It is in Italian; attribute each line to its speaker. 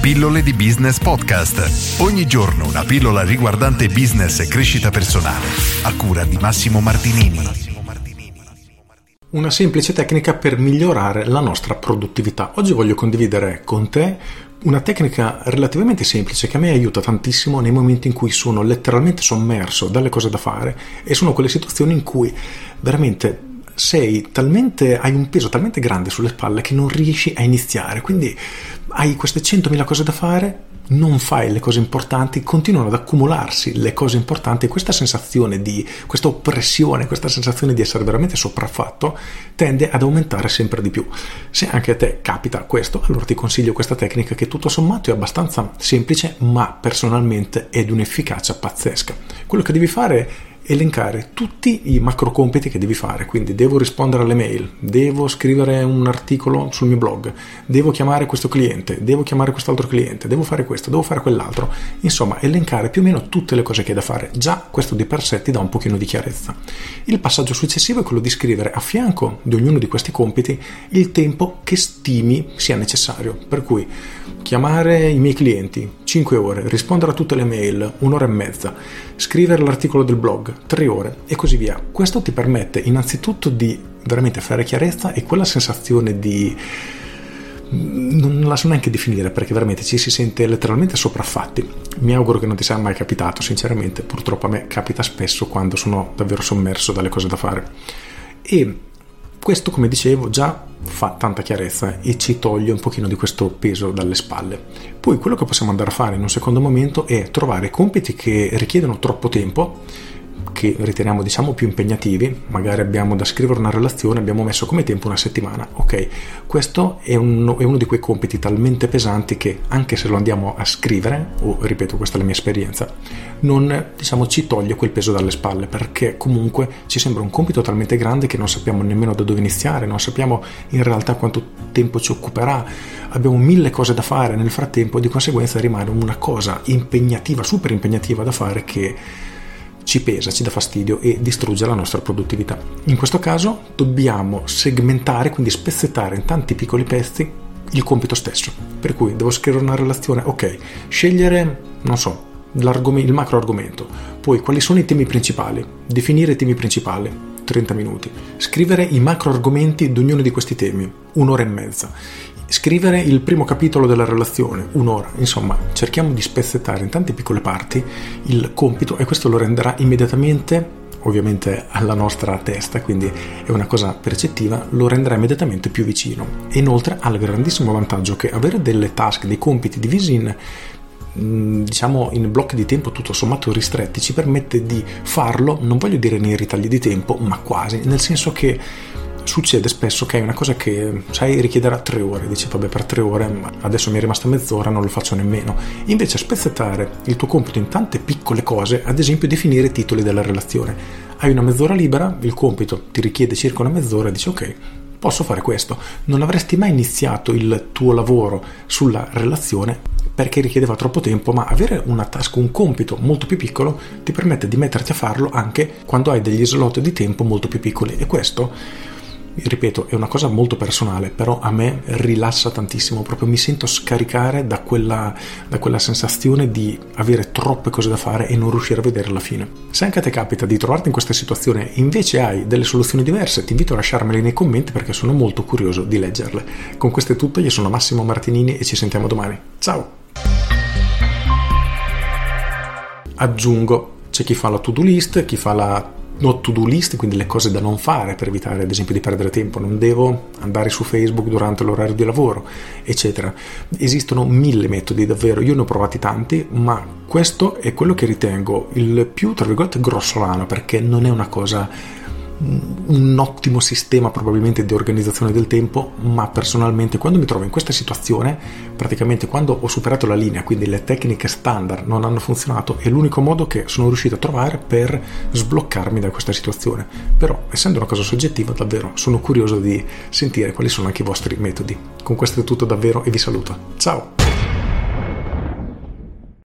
Speaker 1: Pillole di Business Podcast. Ogni giorno una pillola riguardante business e crescita personale. A cura di Massimo Martinini.
Speaker 2: Una semplice tecnica per migliorare la nostra produttività. Oggi voglio condividere con te una tecnica relativamente semplice che a me aiuta tantissimo nei momenti in cui sono letteralmente sommerso dalle cose da fare e sono quelle situazioni in cui veramente hai un peso talmente grande sulle spalle che non riesci a iniziare, quindi hai queste 100.000 cose da fare, non fai le cose importanti, continuano ad accumularsi le cose importanti e questa oppressione, questa sensazione di essere veramente sopraffatto tende ad aumentare sempre di più. Se anche a te capita questo, allora ti consiglio questa tecnica che tutto sommato è abbastanza semplice, ma personalmente è di un'efficacia pazzesca. Quello che devi fare elencare tutti i macro compiti che devi fare, quindi devo rispondere alle mail, devo scrivere un articolo sul mio blog, devo chiamare questo cliente, devo chiamare quest'altro cliente, devo fare questo, devo fare quell'altro, insomma elencare più o meno tutte le cose che hai da fare. Già questo di per sé ti dà un pochino di chiarezza. Il passaggio successivo è quello di scrivere a fianco di ognuno di questi compiti il tempo che stimi sia necessario, per cui chiamare i miei clienti 5 ore, rispondere a tutte le mail 1 ora e mezza, scrivere l'articolo del blog 3 ore e così via. Questo ti permette innanzitutto di veramente fare chiarezza e quella sensazione di non la so neanche definire, perché veramente ci si sente letteralmente sopraffatti. Mi auguro che non ti sia mai capitato, sinceramente. Purtroppo a me capita spesso quando sono davvero sommerso dalle cose da fare, e questo, come dicevo, già fa tanta chiarezza e ci toglie un pochino di questo peso dalle spalle. Poi quello che possiamo andare a fare in un secondo momento è trovare compiti che richiedono troppo tempo, che riteniamo più impegnativi. Magari abbiamo da scrivere una relazione, abbiamo messo come tempo 1 settimana. Ok, questo è uno di quei compiti talmente pesanti che anche se lo andiamo a scrivere, ripeto, questa è la mia esperienza, non ci toglie quel peso dalle spalle, perché comunque ci sembra un compito talmente grande che non sappiamo nemmeno da dove iniziare, non sappiamo in realtà quanto tempo ci occuperà, abbiamo 1000 cose da fare nel frattempo, di conseguenza rimane una cosa impegnativa, super impegnativa da fare, che ci pesa, ci dà fastidio e distrugge la nostra produttività. In questo caso dobbiamo segmentare, quindi spezzettare in tanti piccoli pezzi il compito stesso. Per cui devo scrivere una relazione, ok, scegliere, il macro argomento, poi quali sono i temi principali, definire i temi principali, 30 minuti, scrivere i macro argomenti di ognuno di questi temi, 1 ora e mezza, scrivere il primo capitolo della relazione, 1 ora. Insomma, cerchiamo di spezzettare in tante piccole parti il compito e questo lo renderà immediatamente, ovviamente alla nostra testa, quindi è una cosa percettiva, lo renderà immediatamente più vicino. E inoltre ha il grandissimo vantaggio che avere delle task, dei compiti divisi in blocchi di tempo tutto sommato ristretti ci permette di farlo, non voglio dire nei ritagli di tempo, ma quasi, nel senso che succede spesso che è una cosa che richiederà 3 ore, dici vabbè, per 3 ore adesso mi è rimasta mezz'ora, non lo faccio nemmeno. Invece spezzettare il tuo compito in tante piccole cose, ad esempio definire i titoli della relazione, hai una mezz'ora libera, il compito ti richiede circa una mezz'ora e dici ok, posso fare questo. Non avresti mai iniziato il tuo lavoro sulla relazione perché richiedeva troppo tempo, ma avere una task, un compito molto più piccolo ti permette di metterti a farlo anche quando hai degli slot di tempo molto più piccoli, e questo, ripeto, è una cosa molto personale, però a me rilassa tantissimo, proprio mi sento scaricare da quella sensazione di avere troppe cose da fare e non riuscire a vedere la fine. Se anche a te capita di trovarti in questa situazione e invece hai delle soluzioni diverse, ti invito a lasciarmele nei commenti perché sono molto curioso di leggerle. Con questo è tutto, io sono Massimo Martinini e ci sentiamo domani. Ciao! Aggiungo, c'è chi fa la to-do list, chi fa la not to-do list, quindi le cose da non fare per evitare ad esempio di perdere tempo, non devo andare su Facebook durante l'orario di lavoro, eccetera. Esistono 1000 metodi, davvero, io ne ho provati tanti, ma questo è quello che ritengo il più, tra virgolette, grossolano, perché non è una cosa, un ottimo sistema probabilmente di organizzazione del tempo, ma personalmente quando mi trovo in questa situazione, praticamente quando ho superato la linea, quindi le tecniche standard non hanno funzionato, è l'unico modo che sono riuscito a trovare per sbloccarmi da questa situazione. Però, essendo una cosa soggettiva, davvero sono curioso di sentire quali sono anche i vostri metodi. Con questo è tutto davvero e vi saluto. Ciao!